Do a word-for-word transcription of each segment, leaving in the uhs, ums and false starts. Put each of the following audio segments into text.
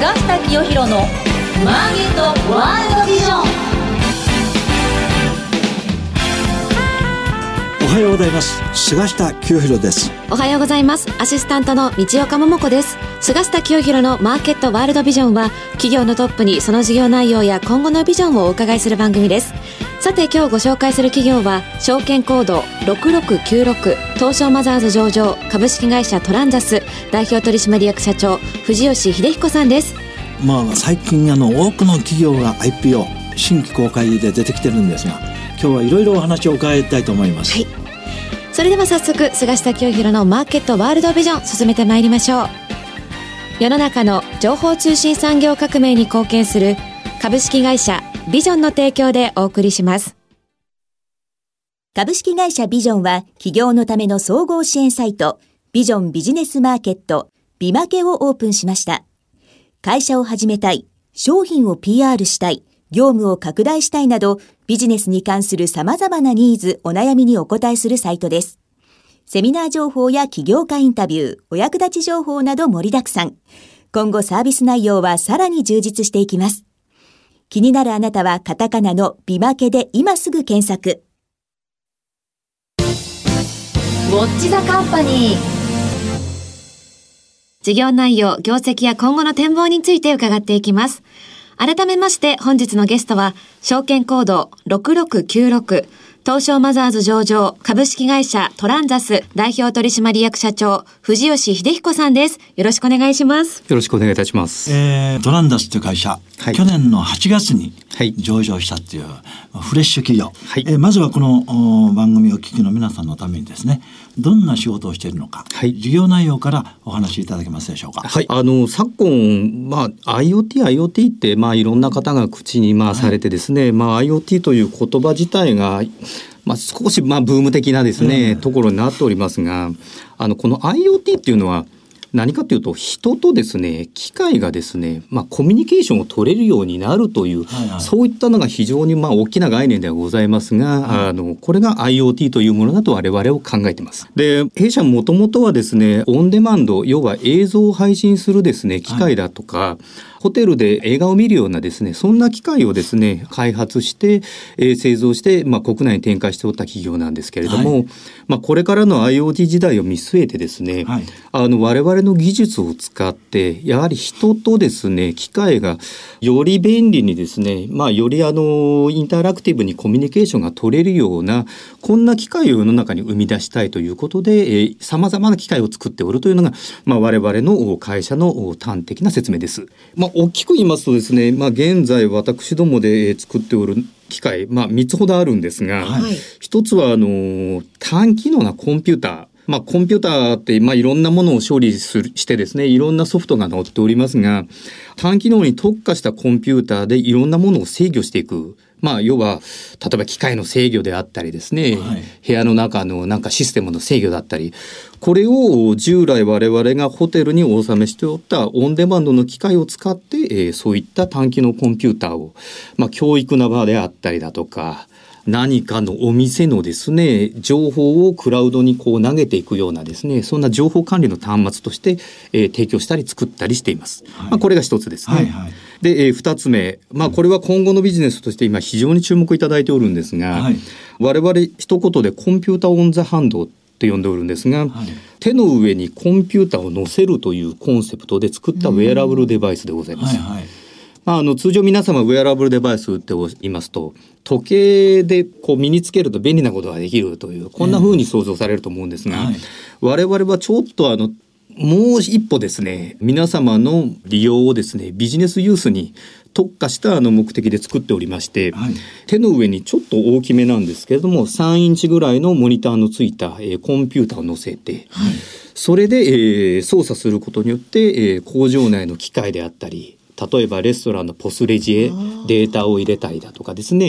下清弘のマーケットワールドビジョン。 おはようございます。菅下清弘です。 おはようございます。アシスタントの道岡桃子です。菅下清弘のマーケットワールドビジョンは、企業のトップにその事業内容や今後のビジョンをお伺いする番組です。さて、今日ご紹介する企業は証券コードろくろくきゅうろく東証マザーズ上場株式会社トランザス代表取締役社長藤吉秀彦さんです。 まあ、最近あの多くの企業が アイピーオー 新規公開で出てきてるんですが、今日はいろいろお話を伺いたいと思います。 はい、それでは早速、菅下清弘のマーケットワールドビジョン進めてまいりましょう。世の中の情報通信産業革命に貢献する株式会社ビジョンの提供でお送りします。 株式会社ビジョンは企業のための総合支援サイトビジョンビジネスマーケットビマケをオープンしました。会社を始めたい、商品を ピーアール したい、業務を拡大したいなどビジネスに関する様々なニーズ、お悩みにお答えするサイトです。セミナー情報や起業家インタビュー、お役立ち情報など盛りだくさん。今後サービス内容はさらに充実していきます。気になるあなたはカタカナのビマケで今すぐ検索。 ウォッチザカンパニー。 事業内容、業績や今後の展望について伺っていきます。改めまして本日のゲストは証券コードろくろくきゅうろく東証マザーズ上場株式会社トランザス代表取締役社長藤吉秀彦さんです。よろしくお願いします。 よろしくお願いいたします。 えー、トランザスという会社、はい、去年のはちがつに上場したっていうフレッシュ企業、はい、えー、まずはこの番組をお聞きの皆さんのためにですね、どんな仕事をしているのか、はい、事業内容からお話しいただけますでしょうか。 はい、あの昨今、まあ、IoT、IoT って、まあ、いろんな方が口にまあされてですね、はい、まあ、IoT という言葉自体がまあ、少しまあブーム的なですね、うん、ところになっておりますが、あのこの IoT っていうのは何かというと、人とですね機械がですね、まあ、コミュニケーションを取れるようになるという、はいはい、そういったのが非常にまあ大きな概念ではございますが、はい、あのこれが IoT というものだと我々を考えています。で、弊社もともとはですねオンデマンド、要は映像を配信するですね機械だとか、はい、ホテルで映画を見るようなですねそんな機械をですね開発して、えー、製造して、まあ、国内に展開しておった企業なんですけれども、はい、まあ、これからの IoT 時代を見据えてですね、はい、あの我々の技術を使ってやはり人とですね機械がより便利にですね、まあ、よりあのインタラクティブにコミュニケーションが取れるようなこんな機械を世の中に生み出したいということでさまざまな機械を作っておるというのが、まあ、我々の会社の端的な説明です。まあ、大きく言いますとですね、まあ、現在私どもで作っておる機械、まあ、みっつほどあるんですが、はい、一つはあの単機能なコンピューター、まあ、コンピューターって、まあ、いろんなものを処理するしてですねいろんなソフトが載っておりますが、単機能に特化したコンピューターでいろんなものを制御していく、まあ、要は例えば機械の制御であったりですね、はい、部屋の中のなんかシステムの制御だったり、これを従来我々がホテルにお納めしておったオンデマンドの機械を使って、えー、そういった単機能コンピューターを、まあ、教育の場であったりだとか、何かのお店のですね情報をクラウドにこう投げていくようなですね、そんな情報管理の端末として、えー、提供したり作ったりしています。はい、まあ、これが一つですね。はいはい、で、えー、二つ目、まあ、これは今後のビジネスとして今非常に注目いただいておるんですが、はい、我々一言でコンピューターオンザハンドって呼んでおるんですが、はい、手の上にコンピューターを載せるというコンセプトで作ったウェアラブルデバイスでございます。はいはい、まあ、あの通常皆様ウェアラブルデバイスって言いますと、時計でこう身につけると便利なことができるという、こんな風に想像されると思うんですが、えーはい、我々はちょっとあのもう一歩ですね、皆様の利用をですねビジネスユースに特化したあの目的で作っておりまして、はい、手の上にちょっと大きめなんですけれどもさんインチぐらいのモニターのついた、えー、コンピューターを載せて、はい、それで、えー、操作することによって、えー、工場内の機械であったり、例えばレストランのポスレジへデータを入れたりだとかですね、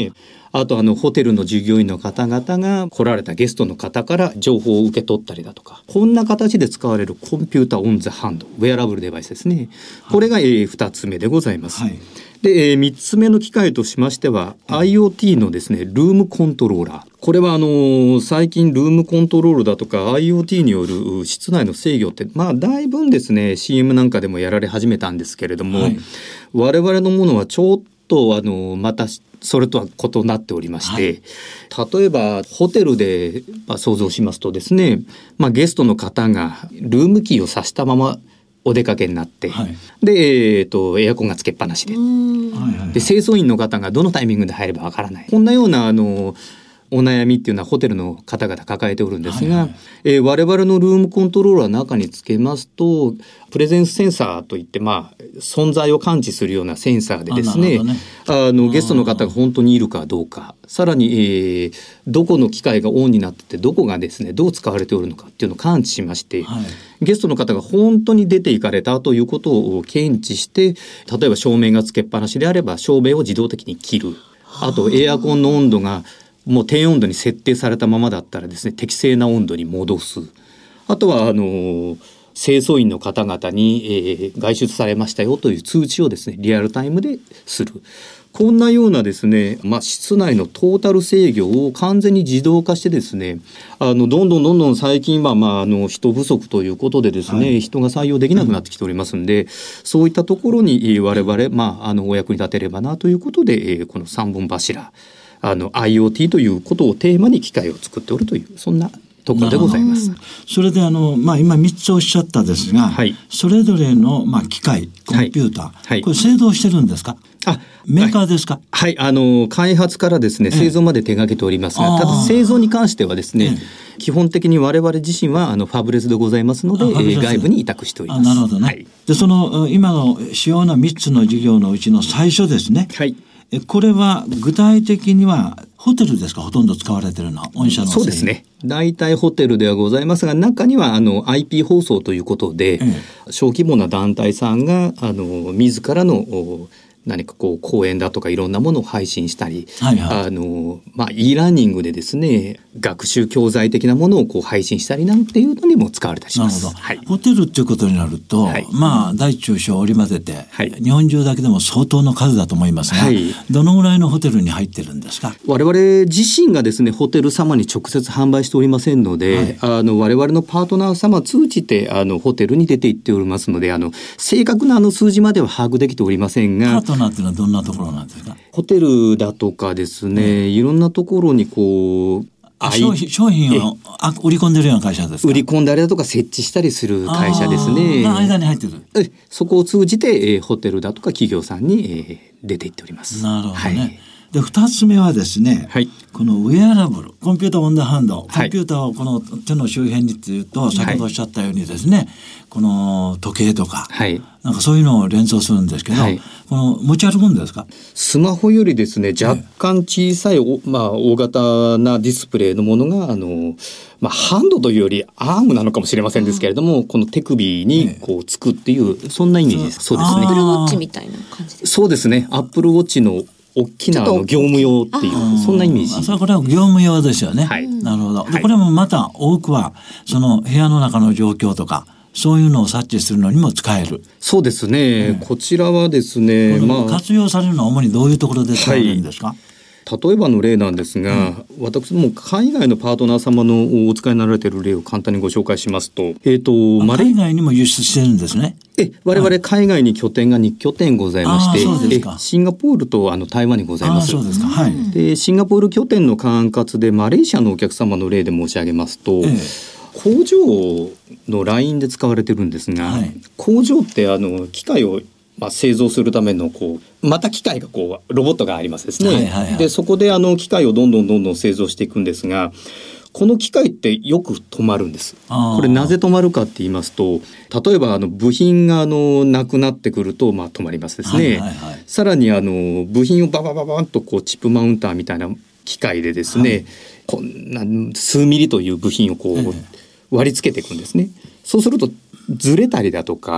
あとあのホテルの従業員の方々が来られたゲストの方から情報を受け取ったりだとか、こんな形で使われるコンピューターオンザハンド、ウェアラブルデバイスですね。これが、えー、ふたつめでございます。はい、で、えー、みっつめの機械としましては、うん、IoT のですねルームコントローラー。これはあのー、最近ルームコントロールだとか IoT による室内の制御ってまあだいぶですね シーエム なんかでもやられ始めたんですけれども、はい、我々のものはちょっとあのまたそれとは異なっておりまして、はい、例えばホテルで、まあ、想像しますとですね、まあ、ゲストの方がルームキーを挿したままお出かけになって、はい、で、えーと、エアコンがつけっぱなしで、で清掃員の方がどのタイミングで入ればわからない、こんなようなあのお悩みっていうのはホテルの方々抱えておるんですが、はいはい、えー、我々のルームコントローラーの中につけますとプレゼンスセンサーといって、まあ、存在を感知するようなセンサーでですね、ああのゲストの方が本当にいるかどうか、さらに、えー、どこの機械がオンになっててどこがですねどう使われておるのかっていうのを感知しまして、はい、ゲストの方が本当に出ていかれたということを検知して、例えば照明がつけっぱなしであれば照明を自動的に切る、あとエアコンの温度がもう低温度に設定されたままだったらですね適正な温度に戻す、あとはあの清掃員の方々に、えー、外出されましたよという通知をですねリアルタイムでする、こんなようなですね、まあ、室内のトータル制御を完全に自動化してですね、あのどんどんどんどん最近は、まあ、あの人不足ということでですね、はい、人が採用できなくなってきておりますんで、うん、そういったところに我々、まあ、あのお役に立てればなということで、えー、このさんぼん柱あの IoT ということをテーマに機械を作っておるというそんなところでございます。 それであの、まあ、今みっつおっしゃったですが、はい、それぞれの、まあ、機械コンピューター、はいはい、これ製造してるんですか？あ、メーカーですか？ はい、はい、あの開発からですね製造まで手掛けておりますが、ええ、ただ製造に関してはですね、ええ、基本的に我々自身はあのファブレスでございますので、えー、外部に委託しております。 あ、なるほどね、はい、でその今の主要なみっつの事業のうちの最初ですね、はい、これは具体的にはホテルですか？ほとんど使われているのは御社の。 そうですね、大体ホテルではございますが、中にはあの アイピー 放送ということで、ええ、小規模な団体さんがあの自らの何かこう講演だとかいろんなものを配信したり、はいはい、あのまあ e ラーニングでですね学習教材的なものをこう配信したりなんていうのにも使われたりします。 なるほど、はい、ホテルっていうことになると、はい、まあ大中小織り交ぜて、はい、日本中だけでも相当の数だと思いますが、はい、どのぐらいのホテルに入ってるんですか？ 我々自身がですねホテル様に直接販売しておりませんので、はい、あの我々のパートナー様通じてあのホテルに出ていっておりますので、あの正確なあの数字までは把握できておりませんが、 パートナーっていうのはどんなところなんですか？ ホテルだとかですね、うん、いろんなところにこう商品、商品を売り込んでるような会社ですか？ 売り込んだりだとか設置したりする会社ですね。 間に入ってる。 えそこを通じて、えー、ホテルだとか企業さんに、えー、出ていっております。 なるほどね、はい、でふたつめはですね、はい、このウェアラブルコンピューターオンダーハンド、コンピューターをこの手の周辺にっていうと、はい、先ほどおっしゃったようにですね、この時計とか、はい、なんかそういうのを連想するんですけど、はい、この持ち歩くんですか？ スマホよりですね若干小さい、おまあ、大型なディスプレイのものがあの、まあ、ハンドというよりアームなのかもしれませんですけれども、この手首にこうつくっていう、そんなイメージです。そうですね。 アップルウォッチみたいな感じですか？ そうですね。アップルウォッチの大きなあの業務用っていうそんなイメージ。 それこれは業務用ですよね。はい、なるほど。でこれもまた多くはその部屋の中の状況とかそういうのを察知するのにも使える。 そうですね、うん、こちらはですね、 まあ、活用されるのは主にどういうところで使われるんですか？はい、 例えばの例なんですが、うん、私も海外のパートナー様のお使いになられている例を簡単にご紹介しますと、えーとマレ海外にも輸出してるんですね。 え我々海外に拠点がに拠点ございまして、えシンガポールとあの台湾にございます。 そうですか、はい、 でシンガポール拠点の管轄でマレーシアのお客様の例で申し上げますと、ええ、工場のラインで使われてるんですが、はい、工場ってあの機械をまあ、製造するためのこうまた機械がこうロボットがありますですね、はいはいはい、でそこであの機械をどんどんどんどん製造していくんですが、この機械ってよく止まるんです。これなぜ止まるかって言いますと、例えばあの部品があのなくなってくるとまあ止まりますですね、はいはいはい、さらにあの部品をババババンとこうチップマウンターみたいな機械でですね、はい、こんな数ミリという部品をこう割り付けていくんですね。そうするとずれたりだとか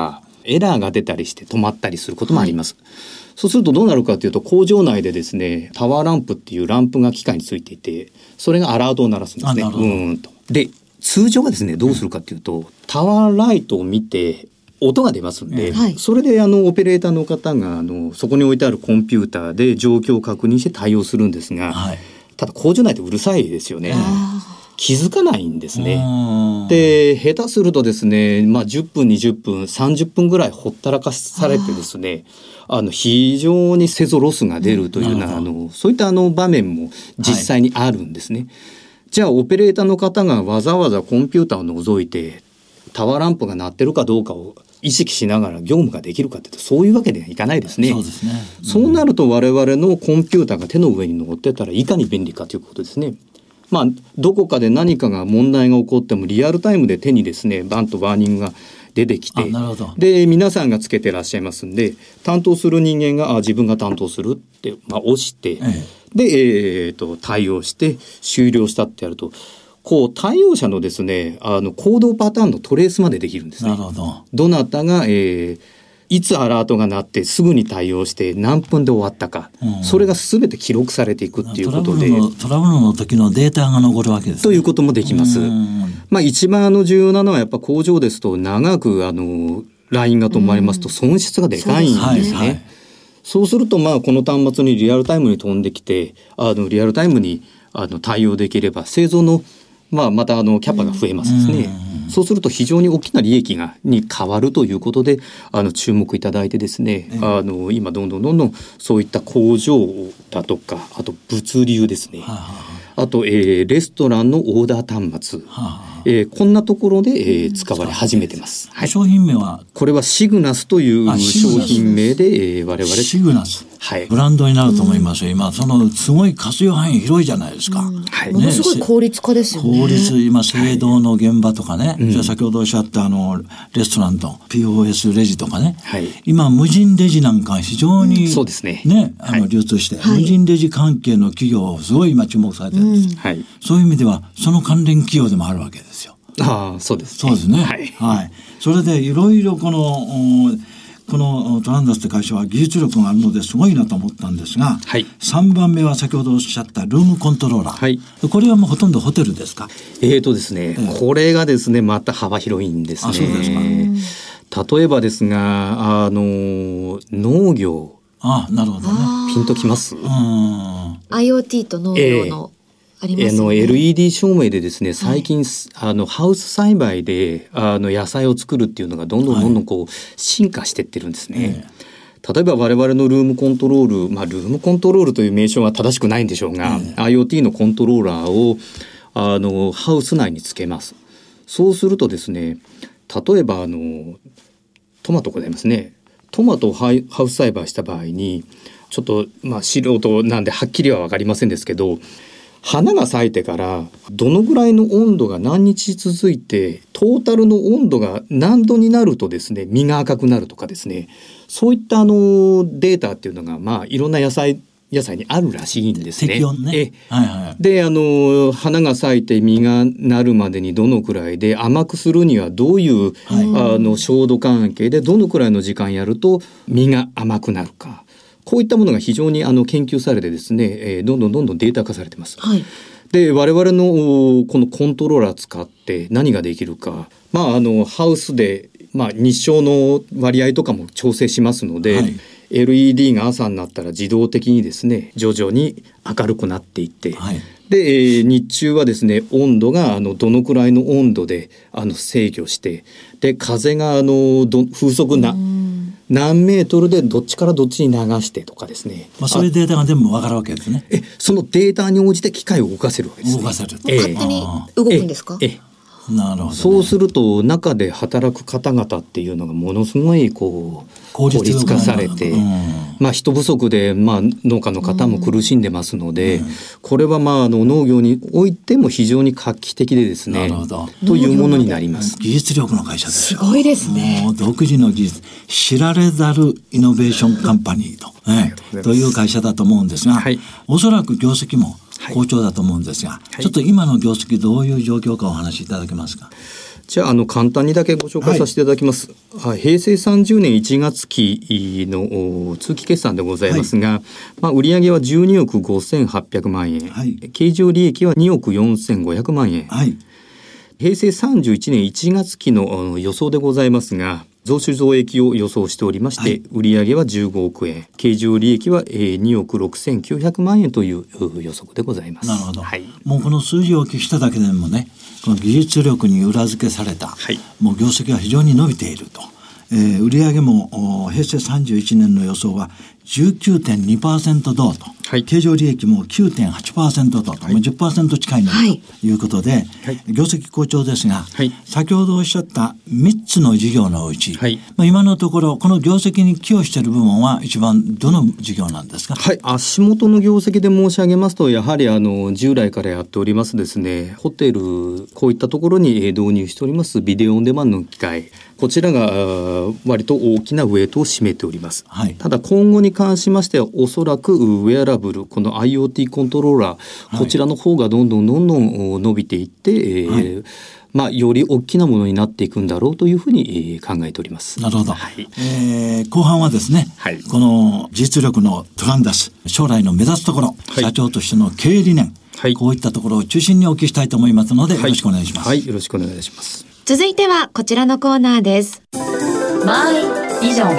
エラーが出たりして止まったりすることもあります、はい、そうするとどうなるかというと、工場内でですねタワーランプっていうランプが機械についていて、それがアラートを鳴らすんですね。うーんとで通常はですねどうするかというと、うん、タワーライトを見て音が出ますんで、はい、それであのオペレーターの方があのそこに置いてあるコンピューターで状況を確認して対応するんですが、はい、ただ工場内ってうるさいですよね。気づかないんですね。で下手するとですね、まあ、じゅっぷんにじゅっぷんさんじゅっぷんぐらいほったらかされてですね、あの非常に製造ロスが出るというような、うん、あのそういったあの場面も実際にあるんですね、はい、じゃあオペレーターの方がわざわざコンピューターを除いてタワーランプが鳴ってるかどうかを意識しながら業務ができるかというと、そういうわけにはいかないですね。そうですね、うん、そうなると我々のコンピューターが手の上に乗ってたらいかに便利かということですね。まあ、どこかで何かが問題が起こってもリアルタイムで手にですねバンとワーニングが出てきて、で皆さんがつけてらっしゃいますんで、担当する人間があ自分が担当するって、まあ、押して、ええ、で、えー、と対応して終了したってやると、こう対応者のですねあの行動パターンのトレースまでできるんですね。なるほど。どなたが、えーいつアラートが鳴ってすぐに対応して何分で終わったか、うん、それが全て記録されていくっていうことで、 トラブルの、トラブルの時のデータが残るわけですね。 ということもできます。まあ、一番あの重要なのはやっぱ工場ですと長くあのラインが止まりますと損失がでかいんですね。そうですね。はいはい、そうするとまあこの端末にリアルタイムに飛んできて、あのリアルタイムにあの対応できれば製造のまあ、またあのキャパが増えますですね、うん、そうすると非常に大きな利益がに変わるということであの注目いただいてですね、うん、あの今どんどんどんどんそういった工場だとか、あと物流ですね、はあはあ、あと、えー、レストランのオーダー端末、はあはあ、えー、こんなところで、えー、使われ始めてます、はい、 商品名はこれはシグナスという商品名で、えー、我々 シグナス、はい、ブランドになると思いますよ、うん、今そのすごい活用範囲広いじゃないですか、うん、 はい、ものすごい効率化ですよね。 効率、今製造の現場とかね、はい、先ほどおっしゃったあのレストランと ピーオーエス レジとかね、はい、今無人レジなんか非常に、うん、 そうですね、 ね、あの流通して、はい、無人レジ関係の企業すごい今注目されてるんです、うん、はい、そういう意味ではその関連企業でもあるわけですよ。 ああ、そうですね。 そうですね、はいはい、それでいろいろこのこのトランザスって会社は技術力があるのですごいなと思ったんですが、はい、さんばんめは先ほどおっしゃったルームコントローラー、はい、これはもうほとんどホテルですか？ えーとですね、えー、これがですねまた幅広いんですね。あ、そうですか。例えばですがあの農業、 あ、なるほどね、 ピンときます？ うん、アイオーティー と農業の、えーありますよね、 あの エルイーディー 照明でですね最近、はい、あのハウス栽培であの野菜を作るっていうのがどんどんどんどんこう、はい、進化してってるんですね、えー、例えば我々のルームコントロール、まあ、ルームコントロールという名称は正しくないんでしょうが、えー、アイオーティー のコントローラーをあのハウス内につけます。そうするとですね、例えばあのトマトございますね。トマトをハウス栽培した場合にちょっと、まあ、素人なんではっきりは分かりませんですけど、花が咲いてからどのぐらいの温度が何日続いてトータルの温度が何度になるとですね実が赤くなるとかですね、そういったあのデータっていうのがまあいろんな野菜野菜にあるらしいんですね。 適温ね。え、はいはい、 であの花が咲いて実がなるまでにどのくらいで、甘くするにはどういう、はい、あの照度関係でどのくらいの時間やると実が甘くなるか、こういったものが非常にあの研究されてですね、えー、どんどんどんどんデータ化されてます、はい、で我々のこのコントローラー使って何ができるか、まあ、あのハウスで、まあ、日照の割合とかも調整しますので、はい、エルイーディー が朝になったら自動的にですね徐々に明るくなっていって、はい、で、えー、日中はですね温度があのどのくらいの温度であの制御して、で風があのど風速な何メートルでどっちからどっちに流してとかですね、 まあ、そういうデータが全部わかるわけですね。 えそのデータに応じて機械を動かせるわけですね。 動かせる、えー、勝手に動くんですか？ えーえーなるほどね、 そうすると中で働く方々っていうのがものすごいこう効率化されて、うん、まあ、人不足で、まあ、農家の方も苦しんでますので、うん、これは、まあ、あの農業においても非常に画期的でですね、なるほどというものになります。 技術力の会社ですよ。 すごいですね。 もう独自の技術、知られざるイノベーションカンパニーと、ね、という会社だと思うんですが、はい、おそらく業績も好調だと思うんですが、はい、ちょっと今の業績どういう状況かお話しいただけますか？ じゃあ、あの簡単にだけご紹介させていただきます、はい、平成さんじゅうねんいちがつ期の通期決算でございますが、はい、まあ、売上はじゅうにおくごせんはっぴゃくまんえん、はい、経常利益はにおくよんせんごひゃくまんえん、はい、平成さんじゅういちねんいちがつ期の予想でございますが、増収増益を予想しておりまして、はい、売上はじゅうごおくえん、経常利益はにおくろくせんきゅうひゃくまんえんという予測でございます。 なるほど、はい、もうこの数字をお聞きしただけでもね、この技術力に裏付けされた、はい、もう業績が非常に伸びていると、えー、売上も平成さんじゅういちねんの予想は じゅうきゅうてんにパーセント 増と、はい、経常利益も きゅうてんはちパーセント 増と、はい、じゅっパーセント 近いのということで、はい、業績好調ですが、はい、先ほどおっしゃったみっつの事業のうち、はい、まあ、今のところこの業績に寄与している部門は一番どの事業なんですか？ はい、足元の業績で申し上げますと、やはりあの従来からやっておりますですね、ホテル、こういったところに導入しておりますビデオオンデマンドの機械、こちらが割と大きなウェイトを占めております、はい、ただ今後に関しましてはおそらくウェアラブル、この IoT コントローラー、はい、こちらの方がどんどんどんどん伸びていって、はい、えーまあ、より大きなものになっていくんだろうというふうに考えております。 なるほど、 はい、 えー、後半はですね、はい、この実力のトランダス、将来の目指すところ、はい、社長としての経営理念、はい、こういったところを中心にお聞きしたいと思いますので、はい、よろしくお願いします。 はい、よろしくお願いします。 続いてはこちらのコーナーです。 マイビジョン。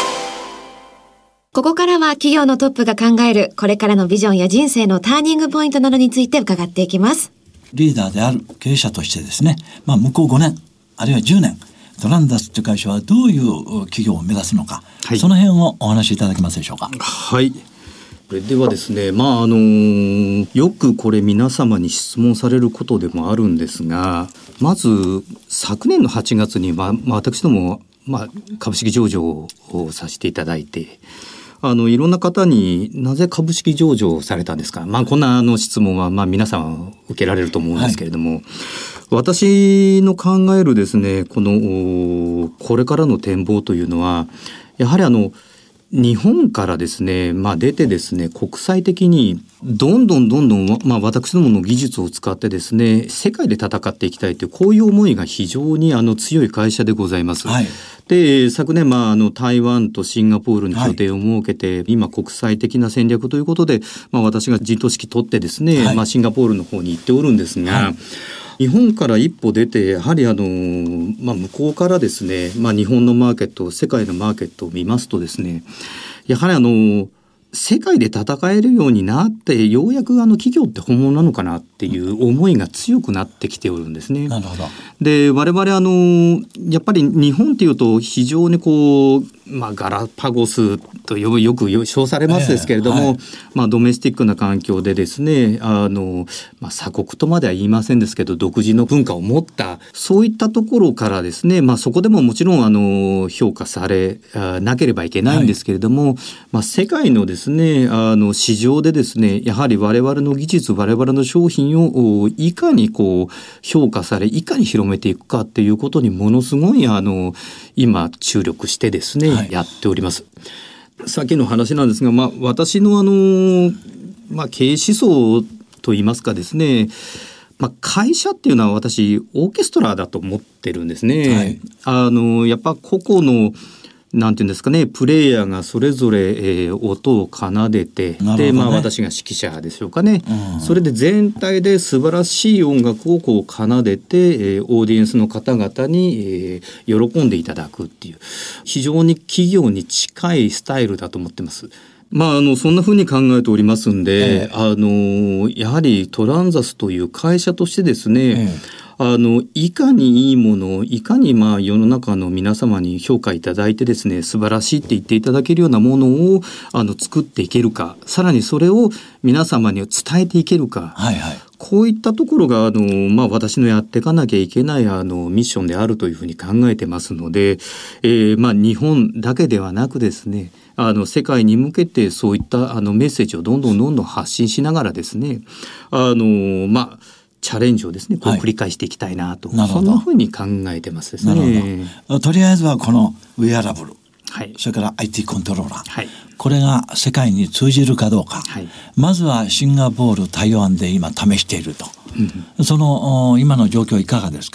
ここからは企業のトップが考えるこれからのビジョンや人生のターニングポイントなどについて伺っていきます。 リーダーである経営者としてですね、まあ、向こうごねんあるいはじゅうねん、トランダスという会社はどういう企業を目指すのか、はい、その辺をお話しいただけますでしょうか。 はい、それではですね、まああのー、よくこれ皆様に質問されることでもあるんですが、まず昨年のはちがつに、まあ、私ども、まあ、株式上場をさせていただいて、あのいろんな方になぜ株式上場されたんですか、まあ、こんなあの質問はまあ皆さん受けられると思うんですけれども、はい、私の考えるですね、このこれからの展望というのは、やはりあの日本からですね、まあ、出てですね、国際的にどんどんどんどん、まあ、私どもの技術を使ってですね、世界で戦っていきたいという、こういう思いが非常にあの強い会社でございます。はい、で昨年、まあ、あの台湾とシンガポールに拠点を設けて、はい、今国際的な戦略ということで、まあ、私が陣頭指揮取ってですね、はい、まあ、シンガポールの方に行っておるんですが、はい、日本から一歩出て、やはりあの、まあ、向こうからですね、まあ、日本のマーケット、世界のマーケットを見ますとですね、やはりあの世界で戦えるようになって、ようやくあの企業って本物なのかなっていう思いが強くなってきておるんですね。 なるほど。 で我々あのやっぱり日本っていうと非常にこう、まあ、ガラパゴスとよく称されますですけれども、えーはい、まあ、ドメスティックな環境でですね、あの、まあ、鎖国とまでは言いませんですけど、独自の文化を持ったそういったところからですね、まあ、そこでももちろんあの評価されなければいけないんですけれども、はい、まあ、世界のですね、あの市場でですね、やはり我々の技術、我々の商品をいかにこう評価され、いかに広めていくかっていうことにものすごいあの今注力してですね、はい、やっております。さっきの話なんですが、まあ、私のあの、まあ、経営思想といいますかですね、まあ、会社っていうのは私オーケストラだと思ってるんですね。はい、あのやっぱ個々のなんていうんですかね、プレイヤーがそれぞれ、えー、音を奏でて、ね、で、まあ、私が指揮者でしょうかね、うん、それで全体で素晴らしい音楽をこう奏でて、えー、オーディエンスの方々に、えー、喜んでいただくっていう、非常に企業に近いスタイルだと思ってます。まあ、あのそんな風に考えておりますんで、えー、あのやはりトランザスという会社としてですね、えーあのいかにいいものをいかにまあ世の中の皆様に評価いただいてですね、素晴らしいって言っていただけるようなものをあの作っていけるか、さらにそれを皆様に伝えていけるか、はいはい、こういったところがあの、まあ、私のやっていかなきゃいけないあのミッションであるというふうに考えてますので、えーまあ、日本だけではなくですね、あの世界に向けてそういったあのメッセージをどんどんどんどん発信しながらですね、あのまあチャレンジをですね、こう繰り返していきたいなと、はい、そんなふうに考えてますですね。 なるほど。とりあえずはこのウェアラブル、はい、それから アイティー コントローラー、はい、これが世界に通じるかどうか、はい、まずはシンガポール、台湾で今試していると、うん、その今の状況いかがですか？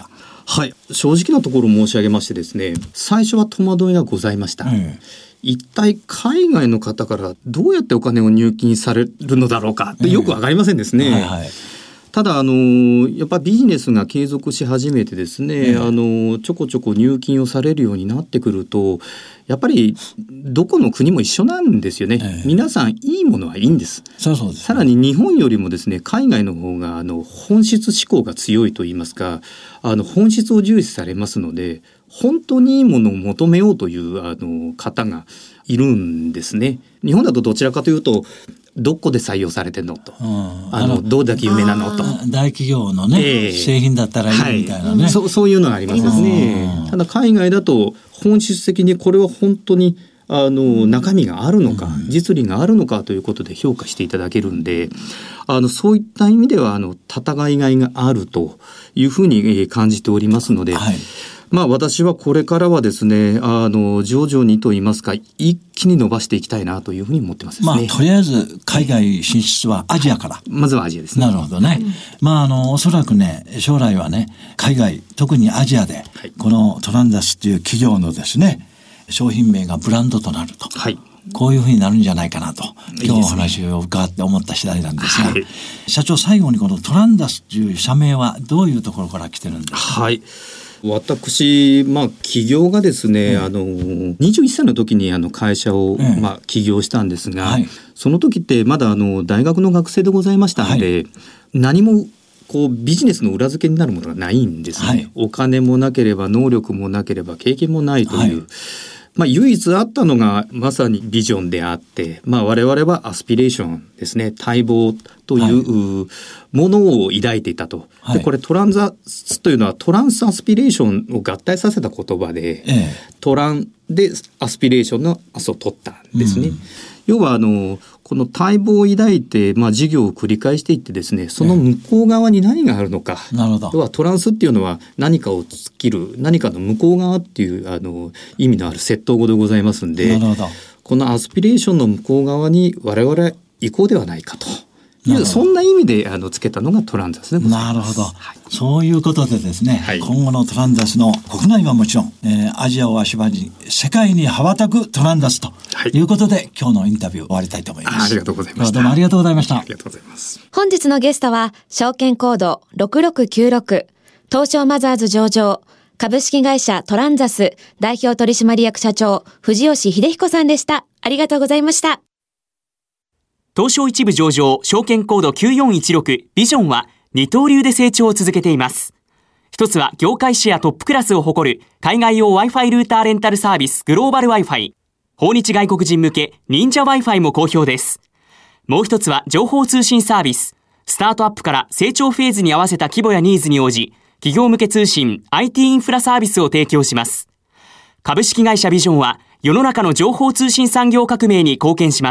はい、正直なところ申し上げましてですね、最初は戸惑いがございました、うん、一体海外の方からどうやってお金を入金されるのだろうかってよくわかりませんですね、うんはいはい、ただあのやっぱりビジネスが継続し始めてですね、うん、あのちょこちょこ入金をされるようになってくるとやっぱりどこの国も一緒なんですよね、ええ、皆さんいいものはいいんです。 そうそうです、ね、 さらに日本よりもですね海外の方があの本質志向が強いといいますか、あの本質を重視されますので本当にいいものを求めようというあの方がいるんですね。日本だとどちらかというとどこで採用されてんのと、うん、あのどれだけ有名なのと、 大企業のね、えー、製品だったらいいみたいなね、 はい、そ, そういうのがありますですね。ただ海外だと本質的にこれは本当にあの中身があるのか、うん、実利があるのかということで評価していただけるんで、あのそういった意味ではあの戦いがいがあるというふうに感じておりますので、はい、まあ私はこれからはですね、あの徐々にと言いますか一気に伸ばしていきたいなというふうに思ってますですね。 まあとりあえず海外進出はアジアから、はい、 まずはアジアですね。 なるほどね、うん、まああのおそらくね将来はね海外特にアジアで、はい、このトランザスという企業のですね商品名がブランドとなると、はい、こういうふうになるんじゃないかなと今日お話を伺って思った次第なんですが、はい、社長最後にこのトランザスという社名はどういうところから来てるんですか。 はい、私、まあ、起業がですね、うん、あのにじゅういっさいの時にあの会社を、うんまあ、起業したんですが、はい、その時ってまだあの大学の学生でございましたので、はい、何もこうビジネスの裏付けになるものがないんですね、はい、お金もなければ能力もなければ経験もないという、はいまあ、唯一あったのがまさにビジョンであって、まあ、我々はアスピレーションですね、待望というものを抱いていたと、はい、でこれトランザスというのはトランスアスピレーションを合体させた言葉で、ええ、トランでアスピレーションのアスを取ったんですね、うん、要はあのこの待望を抱いて、まあ、事業を繰り返していってですね、その向こう側に何があるのか、 ええ、なるほど。 要はトランスっていうのは何かを突っ切る何かの向こう側っていうあの意味のある窃盗語でございますんで、 なるほど。 このアスピレーションの向こう側に我々行こうではないかというそんな意味であのつけたのがトランザスでございます。 なるほど、はい、そういうことでですね、はい、今後のトランザスの国内はもちろん、えー、アジアを足場に世界に羽ばたくトランザスということで、はい、今日のインタビュー終わりたいと思います。 あ、ありがとうございました。 どうもありがとうございました。 ありがとうございます。 本日のゲストは証券コードろくろくきゅうろく東証マザーズ上場株式会社トランザス代表取締役社長藤吉秀彦さんでした。ありがとうございました。 東証一部上場証券コードきゅうよんいちろくビジョンは二刀流で成長を続けています。一つは業界シェアトップクラスを誇る海外用 Wi-Fi ルーターレンタルサービスグローバル Wi-Fi。訪日外国人向け忍者 Wi-Fi も好評です。もう一つは情報通信サービス。スタートアップから成長フェーズに合わせた規模やニーズに応じ、企業向け通信 アイティー インフラサービスを提供します。株式会社ビジョンは世の中の情報通信産業革命に貢献します。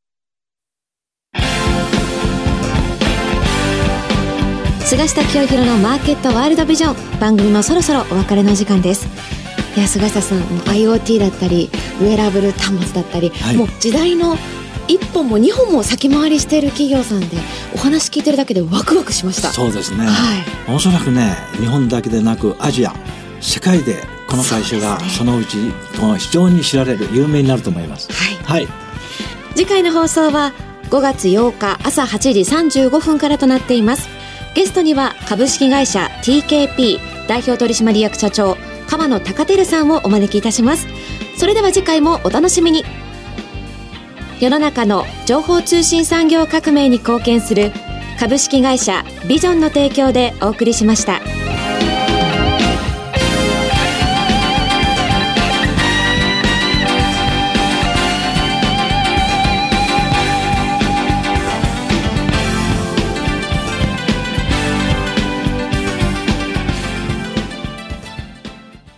菅下清弘のマーケットワールドビジョン、番組もそろそろお別れの時間です。いや菅下さん、IoT だったりウェアラブル端末だったり、はい、もう時代の一本も二本も先回りしている企業さんでお話聞いてるだけでワクワクしました。 そうですね、はい、おそらくね日本だけでなくアジア世界でこの会社がそのうち非常に知られる有名になると思います。はい、はい、 次回の放送はごがつようか朝はちじさんじゅうごふんからとなっています。ゲストには株式会社 ティーケーピー 代表取締役社長川野貴輝さんをお招きいたします。それでは次回もお楽しみに。世の中の情報通信産業革命に貢献する株式会社ビジョンの提供でお送りしました。